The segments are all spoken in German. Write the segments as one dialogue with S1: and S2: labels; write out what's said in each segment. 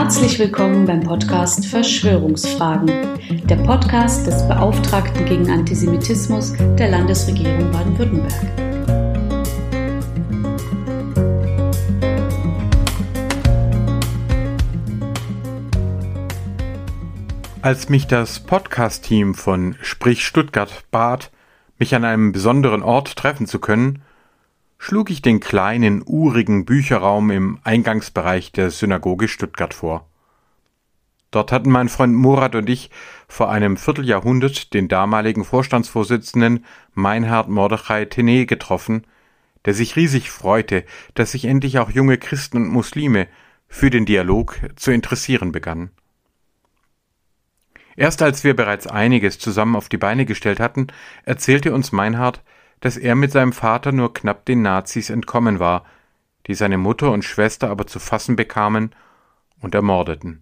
S1: Herzlich willkommen beim Podcast Verschwörungsfragen, der Podcast des Beauftragten gegen Antisemitismus der Landesregierung Baden-Württemberg.
S2: Als mich das Podcast-Team von Sprich Stuttgart bat, mich an einem besonderen Ort treffen zu können, schlug ich den kleinen, urigen Bücherraum im Eingangsbereich der Synagoge Stuttgart vor. Dort hatten mein Freund Murat und ich vor einem Vierteljahrhundert den damaligen Vorstandsvorsitzenden Meinhard Mordechai Teneh getroffen, der sich riesig freute, dass sich endlich auch junge Christen und Muslime für den Dialog zu interessieren begannen. Erst als wir bereits einiges zusammen auf die Beine gestellt hatten, erzählte uns Meinhard, dass er mit seinem Vater nur knapp den Nazis entkommen war, die seine Mutter und Schwester aber zu fassen bekamen und ermordeten.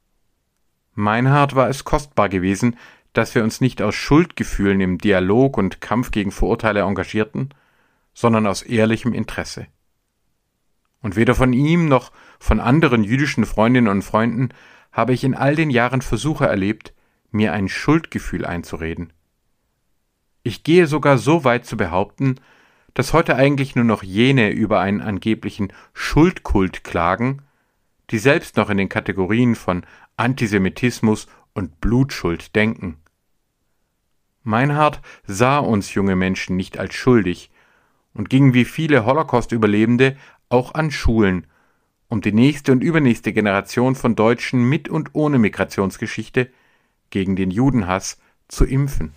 S2: Meinhard war es kostbar gewesen, dass wir uns nicht aus Schuldgefühlen im Dialog und Kampf gegen Vorurteile engagierten, sondern aus ehrlichem Interesse. Und weder von ihm noch von anderen jüdischen Freundinnen und Freunden habe ich in all den Jahren Versuche erlebt, mir ein Schuldgefühl einzureden. Ich gehe sogar so weit zu behaupten, dass heute eigentlich nur noch jene über einen angeblichen Schuldkult klagen, die selbst noch in den Kategorien von Antisemitismus und Blutschuld denken. Meinhard sah uns junge Menschen nicht als schuldig und ging wie viele Holocaust-Überlebende auch an Schulen, um die nächste und übernächste Generation von Deutschen mit und ohne Migrationsgeschichte gegen den Judenhass zu impfen.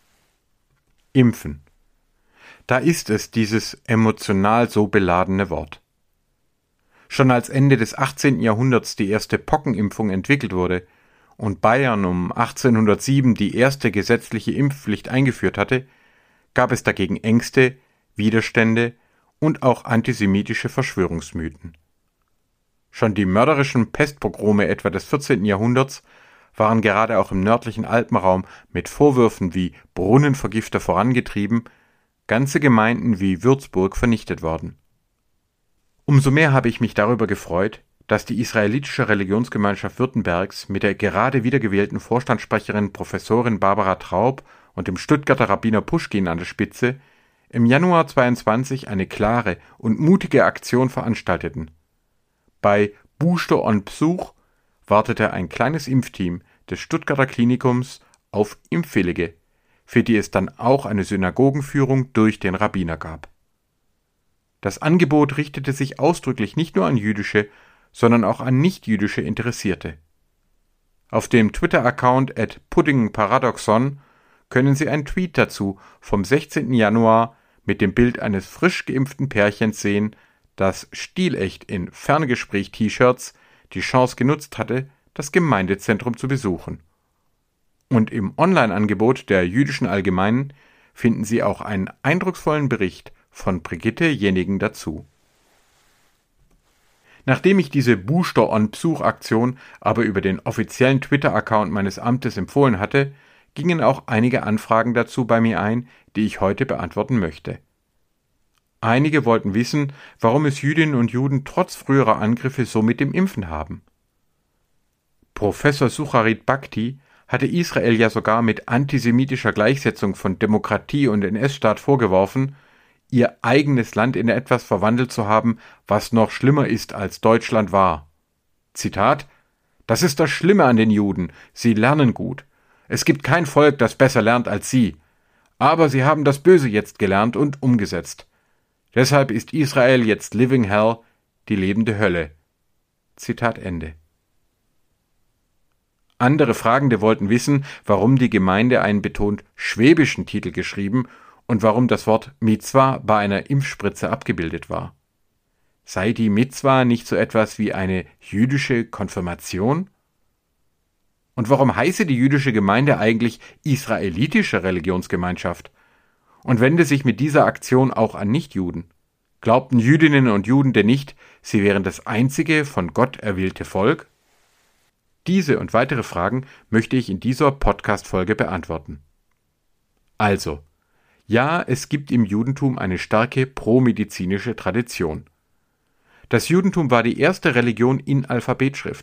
S2: Impfen. Da ist es, dieses emotional so beladene Wort. Schon als Ende des 18. Jahrhunderts die erste Pockenimpfung entwickelt wurde und Bayern um 1807 die erste gesetzliche Impfpflicht eingeführt hatte, gab es dagegen Ängste, Widerstände und auch antisemitische Verschwörungsmythen. Schon die mörderischen Pestpogrome etwa des 14. Jahrhunderts waren gerade auch im nördlichen Alpenraum mit Vorwürfen wie Brunnenvergifter vorangetrieben, ganze Gemeinden wie Würzburg vernichtet worden. Umso mehr habe ich mich darüber gefreut, dass die israelitische Religionsgemeinschaft Württembergs mit der gerade wiedergewählten Vorstandssprecherin Professorin Barbara Traub und dem Stuttgarter Rabbiner Puschkin an der Spitze im Januar 22 eine klare und mutige Aktion veranstalteten. Bei Booster on Besuch wartete ein kleines Impfteam des Stuttgarter Klinikums auf Impfwillige, für die es dann auch eine Synagogenführung durch den Rabbiner gab. Das Angebot richtete sich ausdrücklich nicht nur an jüdische, sondern auch an nichtjüdische Interessierte. Auf dem Twitter-Account @puddingparadoxon können Sie einen Tweet dazu vom 16. Januar mit dem Bild eines frisch geimpften Pärchens sehen, das stilecht in Ferngespräch-T-Shirts die Chance genutzt hatte, das Gemeindezentrum zu besuchen. Und im Online-Angebot der Jüdischen Allgemeinen finden Sie auch einen eindrucksvollen Bericht von Brigitte Jenigen dazu. Nachdem ich diese Booster-on-Besuch-Aktion aber über den offiziellen Twitter-Account meines Amtes empfohlen hatte, gingen auch einige Anfragen dazu bei mir ein, die ich heute beantworten möchte. Einige wollten wissen, warum es Jüdinnen und Juden trotz früherer Angriffe so mit dem Impfen haben. Professor Sucharit Bhakti hatte Israel ja sogar mit antisemitischer Gleichsetzung von Demokratie und NS-Staat vorgeworfen, ihr eigenes Land in etwas verwandelt zu haben, was noch schlimmer ist als Deutschland war. Zitat: Das ist das Schlimme an den Juden, sie lernen gut. Es gibt kein Volk, das besser lernt als sie. Aber sie haben das Böse jetzt gelernt und umgesetzt. Deshalb ist Israel jetzt Living Hell, die lebende Hölle. Zitat Ende. Andere Fragende wollten wissen, warum die Gemeinde einen betont schwäbischen Titel geschrieben und warum das Wort Mitzwa bei einer Impfspritze abgebildet war. Sei die Mitzwa nicht so etwas wie eine jüdische Konfirmation? Und warum heiße die jüdische Gemeinde eigentlich israelitische Religionsgemeinschaft? Und wende sich mit dieser Aktion auch an Nichtjuden? Glaubten Jüdinnen und Juden denn nicht, sie wären das einzige von Gott erwählte Volk? Diese und weitere Fragen möchte ich in dieser Podcast-Folge beantworten. Also, ja, es gibt im Judentum eine starke promedizinische Tradition. Das Judentum war die erste Religion in Alphabetschrift.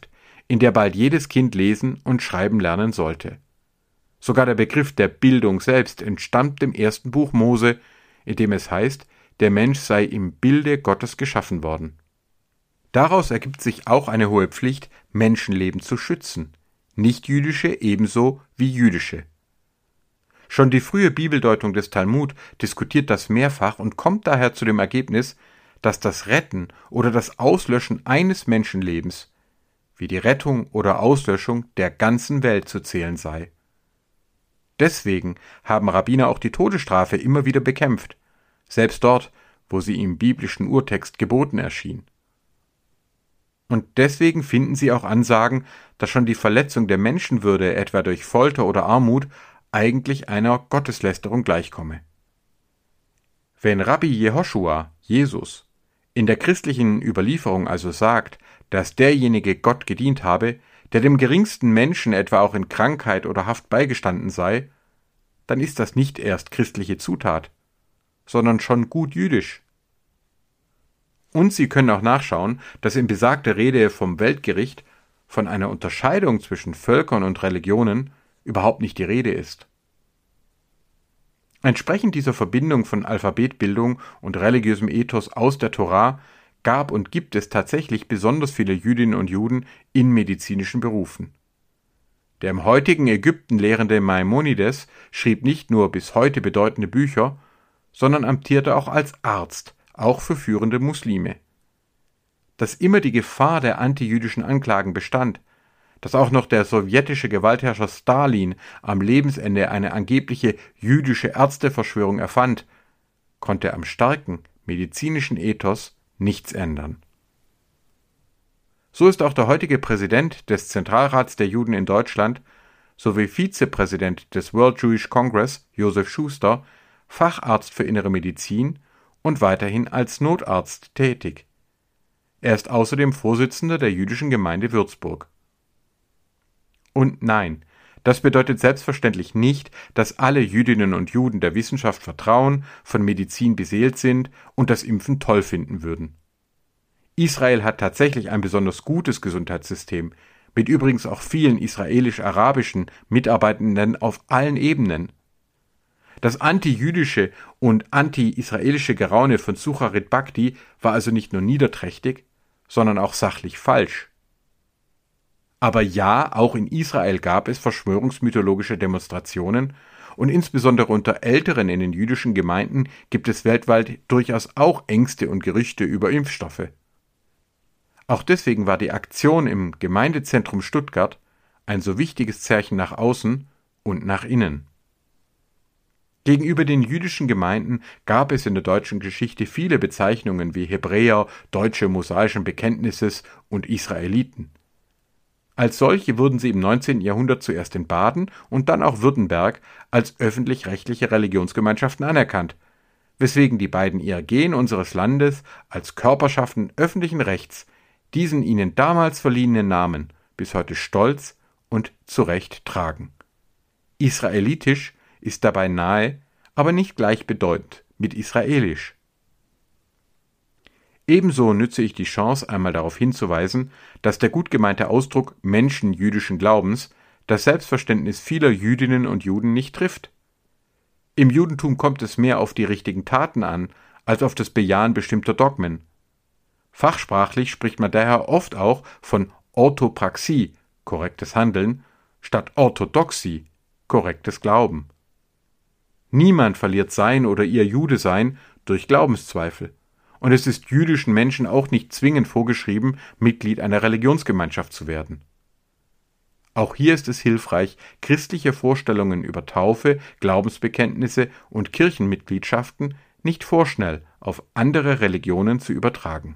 S2: in der bald jedes Kind lesen und schreiben lernen sollte. Sogar der Begriff der Bildung selbst entstammt dem ersten Buch Mose, in dem es heißt, der Mensch sei im Bilde Gottes geschaffen worden. Daraus ergibt sich auch eine hohe Pflicht, Menschenleben zu schützen, nichtjüdische ebenso wie jüdische. Schon die frühe Bibeldeutung des Talmud diskutiert das mehrfach und kommt daher zu dem Ergebnis, dass das Retten oder das Auslöschen eines Menschenlebens wie die Rettung oder Auslöschung der ganzen Welt zu zählen sei. Deswegen haben Rabbiner auch die Todesstrafe immer wieder bekämpft, selbst dort, wo sie im biblischen Urtext geboten erschien. Und deswegen finden sie auch Ansagen, dass schon die Verletzung der Menschenwürde etwa durch Folter oder Armut eigentlich einer Gotteslästerung gleichkomme. Wenn Rabbi Jehoschua, Jesus, in der christlichen Überlieferung also sagt, dass derjenige Gott gedient habe, der dem geringsten Menschen etwa auch in Krankheit oder Haft beigestanden sei, dann ist das nicht erst christliche Zutat, sondern schon gut jüdisch. Und Sie können auch nachschauen, dass in besagter Rede vom Weltgericht von einer Unterscheidung zwischen Völkern und Religionen überhaupt nicht die Rede ist. Entsprechend dieser Verbindung von Alphabetbildung und religiösem Ethos aus der Torah gab und gibt es tatsächlich besonders viele Jüdinnen und Juden in medizinischen Berufen. Der im heutigen Ägypten lehrende Maimonides schrieb nicht nur bis heute bedeutende Bücher, sondern amtierte auch als Arzt, auch für führende Muslime. Dass immer die Gefahr der antijüdischen Anklagen bestand, dass auch noch der sowjetische Gewaltherrscher Stalin am Lebensende eine angebliche jüdische Ärzteverschwörung erfand, konnte am starken medizinischen Ethos nichts ändern. So ist auch der heutige Präsident des Zentralrats der Juden in Deutschland sowie Vizepräsident des World Jewish Congress, Josef Schuster, Facharzt für Innere Medizin und weiterhin als Notarzt tätig. Er ist außerdem Vorsitzender der Jüdischen Gemeinde Würzburg. Und nein, das bedeutet selbstverständlich nicht, dass alle Jüdinnen und Juden der Wissenschaft vertrauen, von Medizin beseelt sind und das Impfen toll finden würden. Israel hat tatsächlich ein besonders gutes Gesundheitssystem, mit übrigens auch vielen israelisch-arabischen Mitarbeitenden auf allen Ebenen. Das antijüdische und anti-israelische Geraune von Sucharit Bhakti war also nicht nur niederträchtig, sondern auch sachlich falsch. Aber ja, auch in Israel gab es verschwörungsmythologische Demonstrationen und insbesondere unter Älteren in den jüdischen Gemeinden gibt es weltweit durchaus auch Ängste und Gerüchte über Impfstoffe. Auch deswegen war die Aktion im Gemeindezentrum Stuttgart ein so wichtiges Zeichen nach außen und nach innen. Gegenüber den jüdischen Gemeinden gab es in der deutschen Geschichte viele Bezeichnungen wie Hebräer, Deutsche mosaischen Bekenntnisses und Israeliten. Als solche wurden sie im 19. Jahrhundert zuerst in Baden und dann auch Württemberg als öffentlich-rechtliche Religionsgemeinschaften anerkannt, weswegen die beiden IAGen unseres Landes als Körperschaften öffentlichen Rechts diesen ihnen damals verliehenen Namen bis heute stolz und zu Recht tragen. Israelitisch ist dabei nahe, aber nicht gleichbedeutend mit israelisch. Ebenso nütze ich die Chance, einmal darauf hinzuweisen, dass der gut gemeinte Ausdruck Menschen jüdischen Glaubens das Selbstverständnis vieler Jüdinnen und Juden nicht trifft. Im Judentum kommt es mehr auf die richtigen Taten an, als auf das Bejahen bestimmter Dogmen. Fachsprachlich spricht man daher oft auch von Orthopraxie, korrektes Handeln, statt Orthodoxie, korrektes Glauben. Niemand verliert sein oder ihr Jude-Sein durch Glaubenszweifel. Und es ist jüdischen Menschen auch nicht zwingend vorgeschrieben, Mitglied einer Religionsgemeinschaft zu werden. Auch hier ist es hilfreich, christliche Vorstellungen über Taufe, Glaubensbekenntnisse und Kirchenmitgliedschaften nicht vorschnell auf andere Religionen zu übertragen.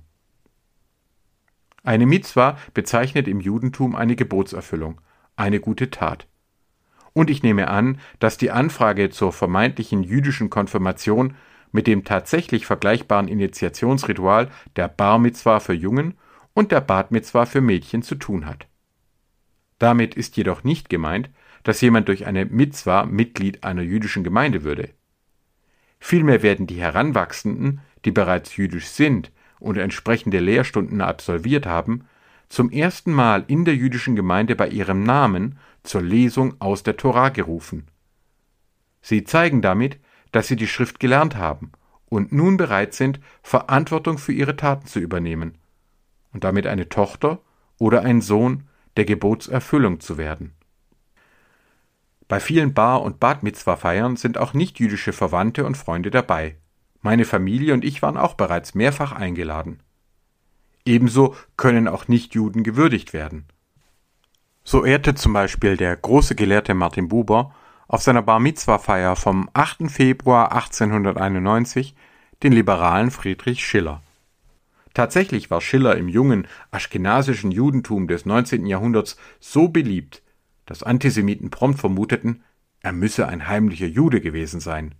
S2: Eine Mitzwa bezeichnet im Judentum eine Gebotserfüllung, eine gute Tat. Und ich nehme an, dass die Anfrage zur vermeintlichen jüdischen Konfirmation mit dem tatsächlich vergleichbaren Initiationsritual der Bar Mitzwa für Jungen und der Bat Mitzwa für Mädchen zu tun hat. Damit ist jedoch nicht gemeint, dass jemand durch eine Mitzwa Mitglied einer jüdischen Gemeinde würde. Vielmehr werden die Heranwachsenden, die bereits jüdisch sind und entsprechende Lehrstunden absolviert haben, zum ersten Mal in der jüdischen Gemeinde bei ihrem Namen zur Lesung aus der Tora gerufen. Sie zeigen damit, dass sie die Schrift gelernt haben und nun bereit sind, Verantwortung für ihre Taten zu übernehmen und damit eine Tochter oder ein Sohn der Gebotserfüllung zu werden. Bei vielen Bar- und Bat-Mitzwa-Feiern sind auch nichtjüdische Verwandte und Freunde dabei. Meine Familie und ich waren auch bereits mehrfach eingeladen. Ebenso können auch Nichtjuden gewürdigt werden. So ehrte zum Beispiel der große Gelehrte Martin Buber auf seiner Bar-Mitzwa-Feier vom 8. Februar 1891 den liberalen Friedrich Schiller. Tatsächlich war Schiller im jungen aschkenasischen Judentum des 19. Jahrhunderts so beliebt, dass Antisemiten prompt vermuteten, er müsse ein heimlicher Jude gewesen sein.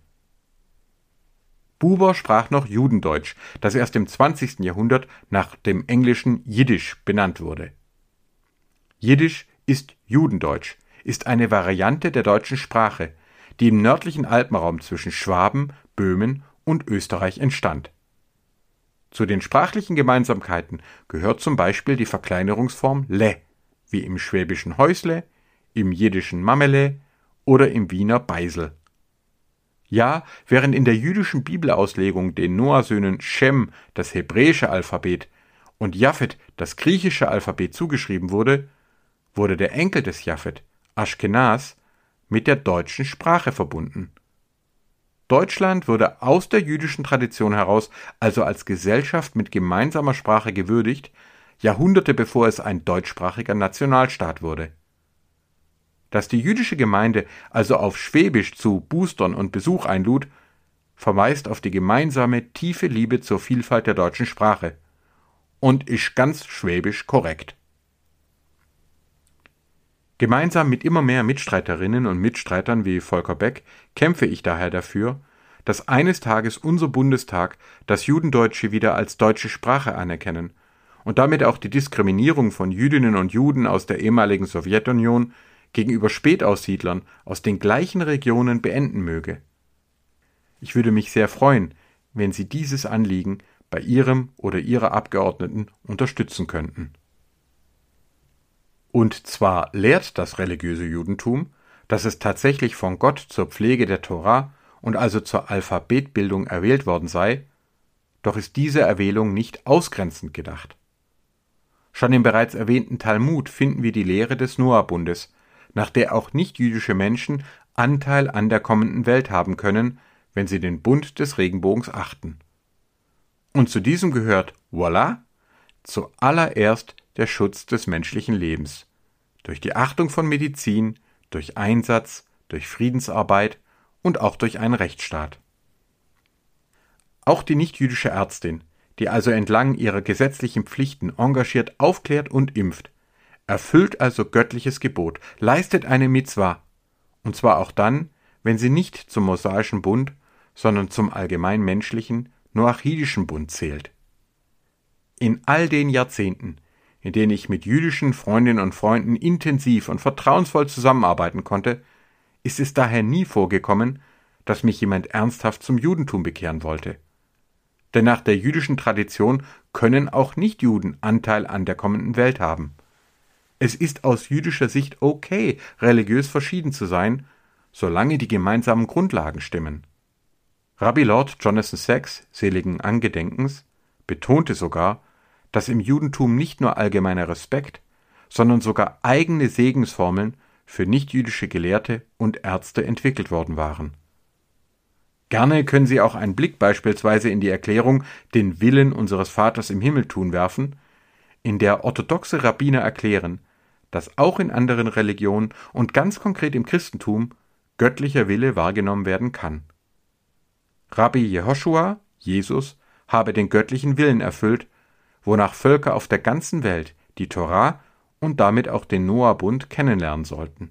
S2: Buber sprach noch Judendeutsch, das erst im 20. Jahrhundert nach dem englischen Jiddisch benannt wurde. Jiddisch ist Judendeutsch, ist eine Variante der deutschen Sprache, die im nördlichen Alpenraum zwischen Schwaben, Böhmen und Österreich entstand. Zu den sprachlichen Gemeinsamkeiten gehört zum Beispiel die Verkleinerungsform le, wie im schwäbischen Häusle, im jiddischen Mamele oder im Wiener Beisel. Ja, während in der jüdischen Bibelauslegung den Noah-Söhnen Shem das hebräische Alphabet und Japhet das griechische Alphabet zugeschrieben wurde, wurde der Enkel des Japhet, Aschkenas, mit der deutschen Sprache verbunden. Deutschland wurde aus der jüdischen Tradition heraus also als Gesellschaft mit gemeinsamer Sprache gewürdigt, Jahrhunderte bevor es ein deutschsprachiger Nationalstaat wurde. Dass die jüdische Gemeinde also auf Schwäbisch zu Boostern und Besuch einlud, verweist auf die gemeinsame, tiefe Liebe zur Vielfalt der deutschen Sprache und ist ganz schwäbisch korrekt. Gemeinsam mit immer mehr Mitstreiterinnen und Mitstreitern wie Volker Beck kämpfe ich daher dafür, dass eines Tages unser Bundestag das Judendeutsche wieder als deutsche Sprache anerkennen und damit auch die Diskriminierung von Jüdinnen und Juden aus der ehemaligen Sowjetunion gegenüber Spätaussiedlern aus den gleichen Regionen beenden möge. Ich würde mich sehr freuen, wenn Sie dieses Anliegen bei Ihrem oder Ihrer Abgeordneten unterstützen könnten. Und zwar lehrt das religiöse Judentum, dass es tatsächlich von Gott zur Pflege der Tora und also zur Alphabetbildung erwählt worden sei, doch ist diese Erwählung nicht ausgrenzend gedacht. Schon im bereits erwähnten Talmud finden wir die Lehre des Noah-Bundes, nach der auch nichtjüdische Menschen Anteil an der kommenden Welt haben können, wenn sie den Bund des Regenbogens achten. Und zu diesem gehört, voilà, zuallererst der Schutz des menschlichen Lebens, durch die Achtung von Medizin, durch Einsatz, durch Friedensarbeit und auch durch einen Rechtsstaat. Auch die nichtjüdische Ärztin, die also entlang ihrer gesetzlichen Pflichten engagiert aufklärt und impft, erfüllt also göttliches Gebot, leistet eine Mitzwa, und zwar auch dann, wenn sie nicht zum mosaischen Bund, sondern zum allgemein menschlichen, noachidischen Bund zählt. In all den Jahrzehnten, in denen ich mit jüdischen Freundinnen und Freunden intensiv und vertrauensvoll zusammenarbeiten konnte, ist es daher nie vorgekommen, dass mich jemand ernsthaft zum Judentum bekehren wollte. Denn nach der jüdischen Tradition können auch Nichtjuden Anteil an der kommenden Welt haben. Es ist aus jüdischer Sicht okay, religiös verschieden zu sein, solange die gemeinsamen Grundlagen stimmen. Rabbi Lord Jonathan Sacks, seligen Angedenkens, betonte sogar, dass im Judentum nicht nur allgemeiner Respekt, sondern sogar eigene Segensformeln für nichtjüdische Gelehrte und Ärzte entwickelt worden waren. Gerne können Sie auch einen Blick beispielsweise in die Erklärung »Den Willen unseres Vaters im Himmel tun« werfen, in der orthodoxe Rabbiner erklären, dass auch in anderen Religionen und ganz konkret im Christentum göttlicher Wille wahrgenommen werden kann. Rabbi Jehoschua, Jesus, habe den göttlichen Willen erfüllt, wonach Völker auf der ganzen Welt die Tora und damit auch den Noah-Bund kennenlernen sollten.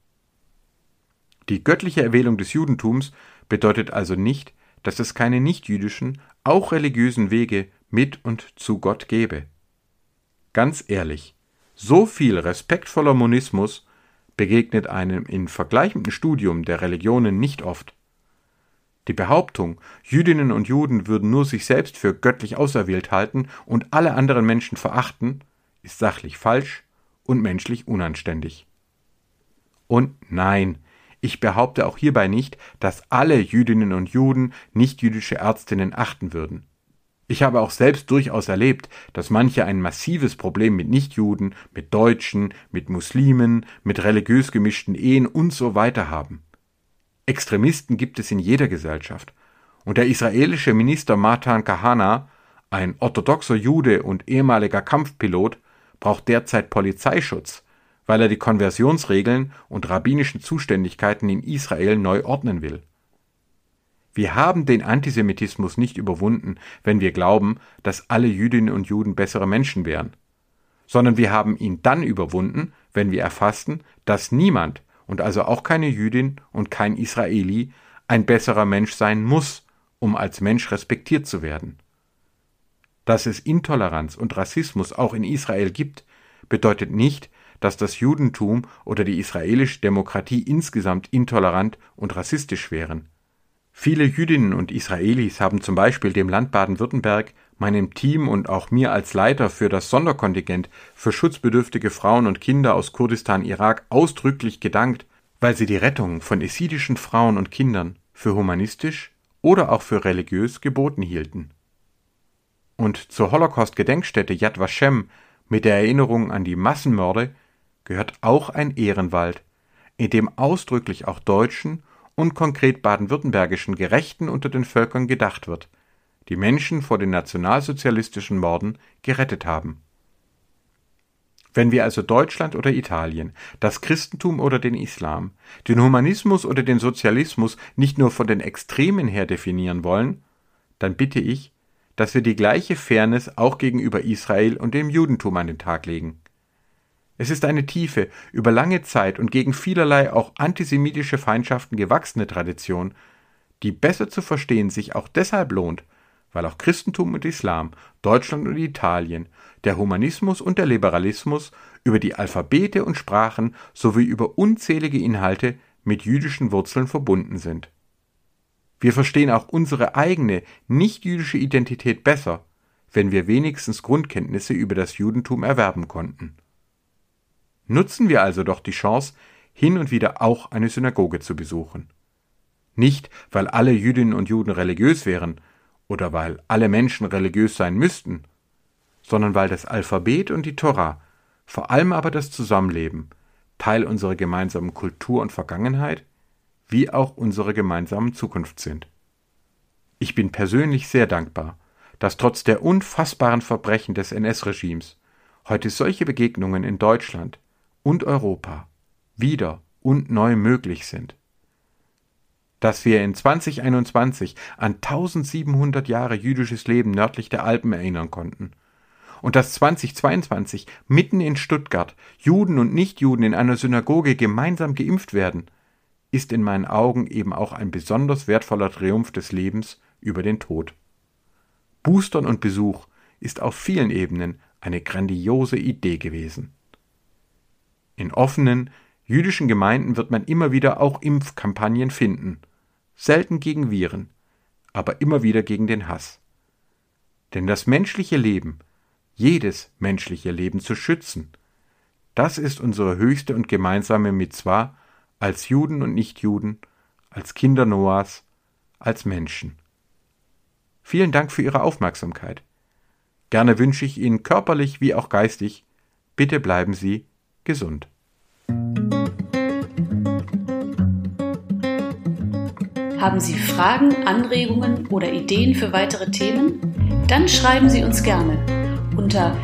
S2: Die göttliche Erwählung des Judentums bedeutet also nicht, dass es keine nichtjüdischen, auch religiösen Wege mit und zu Gott gäbe. Ganz ehrlich, so viel respektvoller Monismus begegnet einem in vergleichendem Studium der Religionen nicht oft. Die Behauptung, Jüdinnen und Juden würden nur sich selbst für göttlich auserwählt halten und alle anderen Menschen verachten, ist sachlich falsch und menschlich unanständig. Und nein, ich behaupte auch hierbei nicht, dass alle Jüdinnen und Juden nichtjüdische Ärztinnen achten würden. Ich habe auch selbst durchaus erlebt, dass manche ein massives Problem mit Nichtjuden, mit Deutschen, mit Muslimen, mit religiös gemischten Ehen und so weiter haben. Extremisten gibt es in jeder Gesellschaft. Und der israelische Minister Matan Kahana, ein orthodoxer Jude und ehemaliger Kampfpilot, braucht derzeit Polizeischutz, weil er die Konversionsregeln und rabbinischen Zuständigkeiten in Israel neu ordnen will. Wir haben den Antisemitismus nicht überwunden, wenn wir glauben, dass alle Jüdinnen und Juden bessere Menschen wären, sondern wir haben ihn dann überwunden, wenn wir erfassten, dass niemand, und also auch keine Jüdin und kein Israeli, ein besserer Mensch sein muss, um als Mensch respektiert zu werden. Dass es Intoleranz und Rassismus auch in Israel gibt, bedeutet nicht, dass das Judentum oder die israelische Demokratie insgesamt intolerant und rassistisch wären. Viele Jüdinnen und Israelis haben zum Beispiel dem Land Baden-Württemberg, meinem Team und auch mir als Leiter für das Sonderkontingent für schutzbedürftige Frauen und Kinder aus Kurdistan, Irak ausdrücklich gedankt, weil sie die Rettung von jesidischen Frauen und Kindern für humanistisch oder auch für religiös geboten hielten. Und zur Holocaust-Gedenkstätte Yad Vashem mit der Erinnerung an die Massenmorde gehört auch ein Ehrenwald, in dem ausdrücklich auch deutschen und konkret baden-württembergischen Gerechten unter den Völkern gedacht wird, die Menschen vor den nationalsozialistischen Morden gerettet haben. Wenn wir also Deutschland oder Italien, das Christentum oder den Islam, den Humanismus oder den Sozialismus nicht nur von den Extremen her definieren wollen, dann bitte ich, dass wir die gleiche Fairness auch gegenüber Israel und dem Judentum an den Tag legen. Es ist eine tiefe, über lange Zeit und gegen vielerlei auch antisemitische Feindschaften gewachsene Tradition, die besser zu verstehen sich auch deshalb lohnt, weil auch Christentum und Islam, Deutschland und Italien, der Humanismus und der Liberalismus über die Alphabete und Sprachen sowie über unzählige Inhalte mit jüdischen Wurzeln verbunden sind. Wir verstehen auch unsere eigene, nicht-jüdische Identität besser, wenn wir wenigstens Grundkenntnisse über das Judentum erwerben konnten. Nutzen wir also doch die Chance, hin und wieder auch eine Synagoge zu besuchen. Nicht, weil alle Jüdinnen und Juden religiös wären oder weil alle Menschen religiös sein müssten, sondern weil das Alphabet und die Tora, vor allem aber das Zusammenleben, Teil unserer gemeinsamen Kultur und Vergangenheit, wie auch unserer gemeinsamen Zukunft sind. Ich bin persönlich sehr dankbar, dass trotz der unfassbaren Verbrechen des NS-Regimes heute solche Begegnungen in Deutschland und Europa wieder und neu möglich sind. Dass wir in 2021 an 1700 Jahre jüdisches Leben nördlich der Alpen erinnern konnten und dass 2022 mitten in Stuttgart Juden und Nichtjuden in einer Synagoge gemeinsam geimpft werden, ist in meinen Augen eben auch ein besonders wertvoller Triumph des Lebens über den Tod. Boostern und Besuch ist auf vielen Ebenen eine grandiose Idee gewesen. In offenen, jüdischen Gemeinden wird man immer wieder auch Impfkampagnen finden, selten gegen Viren, aber immer wieder gegen den Hass. Denn das menschliche Leben, jedes menschliche Leben zu schützen, das ist unsere höchste und gemeinsame Mitzwa als Juden und Nichtjuden, als Kinder Noahs, als Menschen. Vielen Dank für Ihre Aufmerksamkeit. Gerne wünsche ich Ihnen körperlich wie auch geistig, bitte bleiben Sie gesund.
S1: Haben Sie Fragen, Anregungen oder Ideen für weitere Themen? Dann schreiben Sie uns gerne unter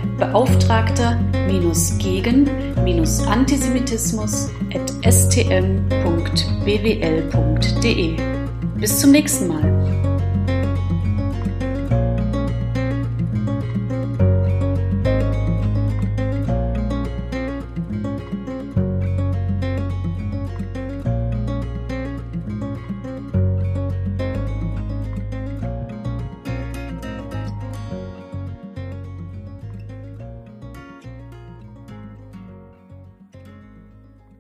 S1: beauftragter-gegen-antisemitismus@stm.bwl.de. Bis zum nächsten Mal.